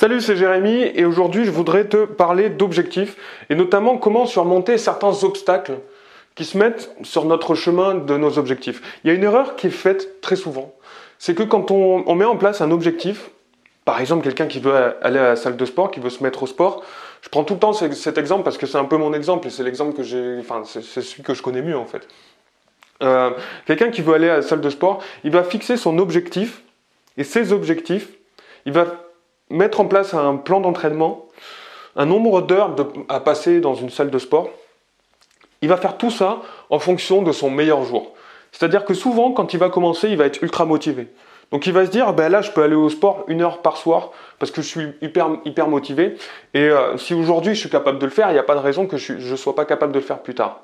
Salut, c'est Jérémy et aujourd'hui je voudrais te parler d'objectifs et notamment comment surmonter certains obstacles qui se mettent sur notre chemin de nos objectifs. Il y a une erreur qui est faite très souvent, c'est que quand on met en place un objectif, par exemple quelqu'un qui veut aller à la salle de sport, qui veut se mettre au sport, je prends tout le temps cet exemple parce que c'est un peu mon exemple et c'est l'exemple que c'est celui que je connais mieux en fait. Quelqu'un qui veut aller à la salle de sport, il va fixer son objectif et ses objectifs, il va mettre en place un plan d'entraînement, un nombre d'heures à passer dans une salle de sport. Il va faire tout ça en fonction de son meilleur jour. C'est-à-dire que souvent, quand il va commencer, il va être ultra motivé. Donc il va se dire, ben là, je peux aller au sport 1 heure par soir parce que je suis hyper motivé. Et si aujourd'hui, je suis capable de le faire, il n'y a pas de raison que je ne sois pas capable de le faire plus tard.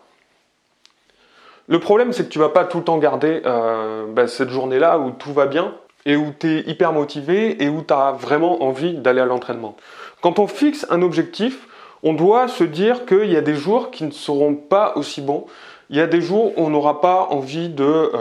Le problème, c'est que tu ne vas pas tout le temps garder cette journée-là où tout va bien et où tu es hyper motivé et où tu as vraiment envie d'aller à l'entraînement. Quand on fixe un objectif, on doit se dire qu'il y a des jours qui ne seront pas aussi bons. Il y a des jours où on n'aura pas envie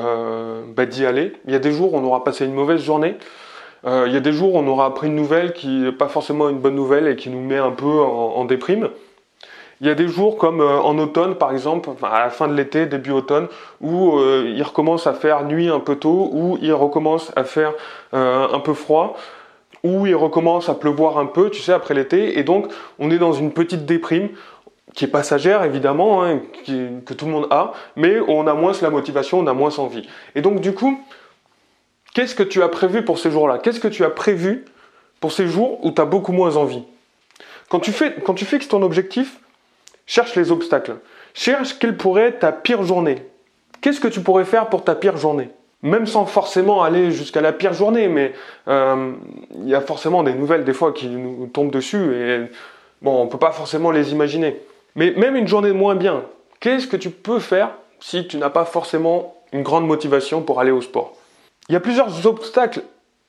d'y aller. Il y a des jours où on aura passé une mauvaise journée. Il y a des jours où on aura appris une nouvelle qui n'est pas forcément une bonne nouvelle et qui nous met un peu en déprime. Il y a des jours comme en automne par exemple, à la fin de l'été, début automne, où il recommence à faire nuit un peu tôt, où il recommence à faire un peu froid, où il recommence à pleuvoir un peu, tu sais, après l'été, et donc on est dans une petite déprime qui est passagère évidemment, hein, que tout le monde a, mais on a moins la motivation, on a moins envie. Et donc du coup, qu'est-ce que tu as prévu pour ces jours-là? Qu'est-ce que tu as prévu pour ces jours où tu as beaucoup moins envie? Quand tu fixes ton objectif, cherche les obstacles. Cherche quelle pourrait être ta pire journée. Qu'est-ce que tu pourrais faire pour ta pire journée? Même sans forcément aller jusqu'à la pire journée, mais il y a forcément des nouvelles des fois qui nous tombent dessus et bon, on ne peut pas forcément les imaginer. Mais même une journée de moins bien, qu'est-ce que tu peux faire si tu n'as pas forcément une grande motivation pour aller au sport? Il y a plusieurs obstacles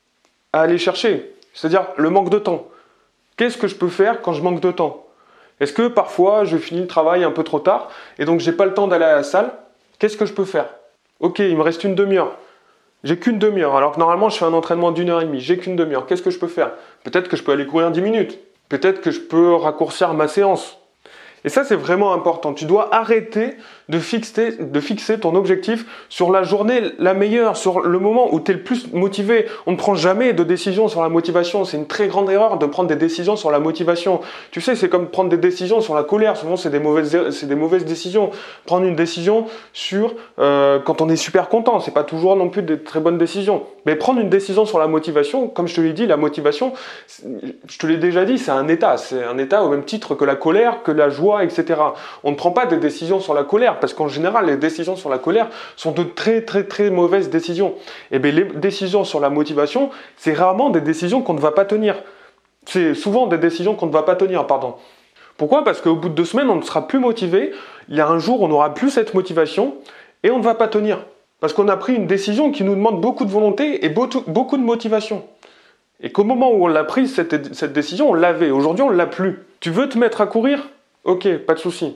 à aller chercher, c'est-à-dire le manque de temps. Qu'est-ce que je peux faire quand je manque de temps? Est-ce que parfois je finis le travail un peu trop tard et donc j'ai pas le temps d'aller à la salle? Qu'est-ce que je peux faire? Ok, il me reste une demi-heure. J'ai qu'une demi-heure, alors que normalement je fais un entraînement d'1 heure et demie. J'ai qu'une demi-heure. Qu'est-ce que je peux faire? Peut-être que je peux aller courir 10 minutes. Peut-être que je peux raccourcir ma séance. Et ça, c'est vraiment important. Tu dois arrêter de fixer ton objectif sur la journée la meilleure, sur le moment où tu es le plus motivé. On ne prend jamais de décision sur la motivation. C'est une très grande erreur de prendre des décisions sur la motivation. Tu sais, c'est comme prendre des décisions sur la colère. Souvent, c'est des mauvaises décisions. Prendre une décision sur quand on est super content, c'est pas toujours non plus des très bonnes décisions. Mais prendre une décision sur la motivation, comme je te l'ai dit, la motivation, je te l'ai déjà dit, c'est un état. C'est un état au même titre que la colère, que la joie, etc. On ne prend pas des décisions sur la colère parce qu'en général, les décisions sur la colère sont de très mauvaises décisions. Et bien, les décisions sur la motivation, c'est rarement des décisions qu'on ne va pas tenir. C'est souvent des décisions qu'on ne va pas tenir, pardon. Pourquoi? Parce qu'au bout de 2 semaines, on ne sera plus motivé. Il y a un jour, on n'aura plus cette motivation et on ne va pas tenir. Parce qu'on a pris une décision qui nous demande beaucoup de volonté et beaucoup de motivation. Et qu'au moment où on l'a prise, cette décision, on l'avait. Aujourd'hui, on ne l'a plus. Tu veux te mettre à courir? Ok, pas de souci.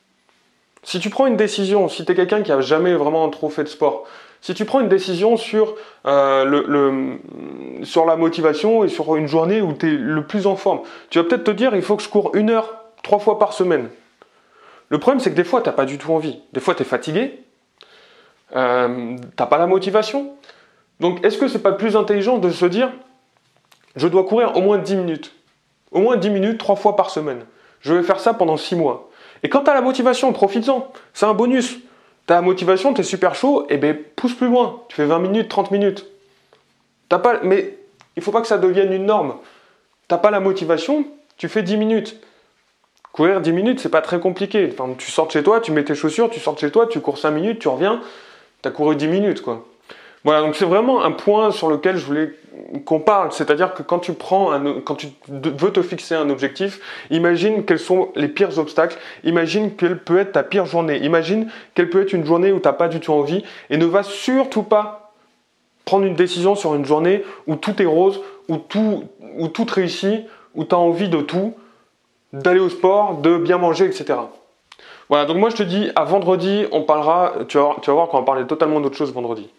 Si tu prends une décision, si tu es quelqu'un qui n'a jamais vraiment trop fait de sport, si tu prends une décision sur la motivation et sur une journée où tu es le plus en forme, tu vas peut-être te dire il faut que je cours 1 heure 3 fois par semaine. Le problème, c'est que des fois, tu n'as pas du tout envie. Des fois, tu es fatigué, tu n'as pas la motivation. Donc, est-ce que c'est pas plus intelligent de se dire je dois courir au moins 10 minutes? Au moins 10 minutes 3 fois par semaine. Je vais faire ça pendant 6 mois. Et quand tu as la motivation, profites-en. C'est un bonus. Tu as la motivation, tu es super chaud, et bien pousse plus loin. Tu fais 20 minutes, 30 minutes. Mais il ne faut pas que ça devienne une norme. Tu n'as pas la motivation, tu fais 10 minutes. Courir 10 minutes, c'est pas très compliqué. Enfin, tu sors de chez toi, tu mets tes chaussures, tu sors de chez toi, tu cours 5 minutes, tu reviens, tu as couru 10 minutes, quoi. Voilà, donc c'est vraiment un point sur lequel je voulais qu'on parle, c'est-à-dire que quand tu veux te fixer un objectif, imagine quels sont les pires obstacles, imagine quelle peut être ta pire journée, imagine quelle peut être une journée où tu n'as pas du tout envie, et ne va surtout pas prendre une décision sur une journée où tout est rose, où tout réussit, où tu as envie de tout, d'aller au sport, de bien manger, etc. Voilà, donc moi je te dis, à vendredi, on parlera, tu vas voir qu'on va parler totalement d'autre chose vendredi.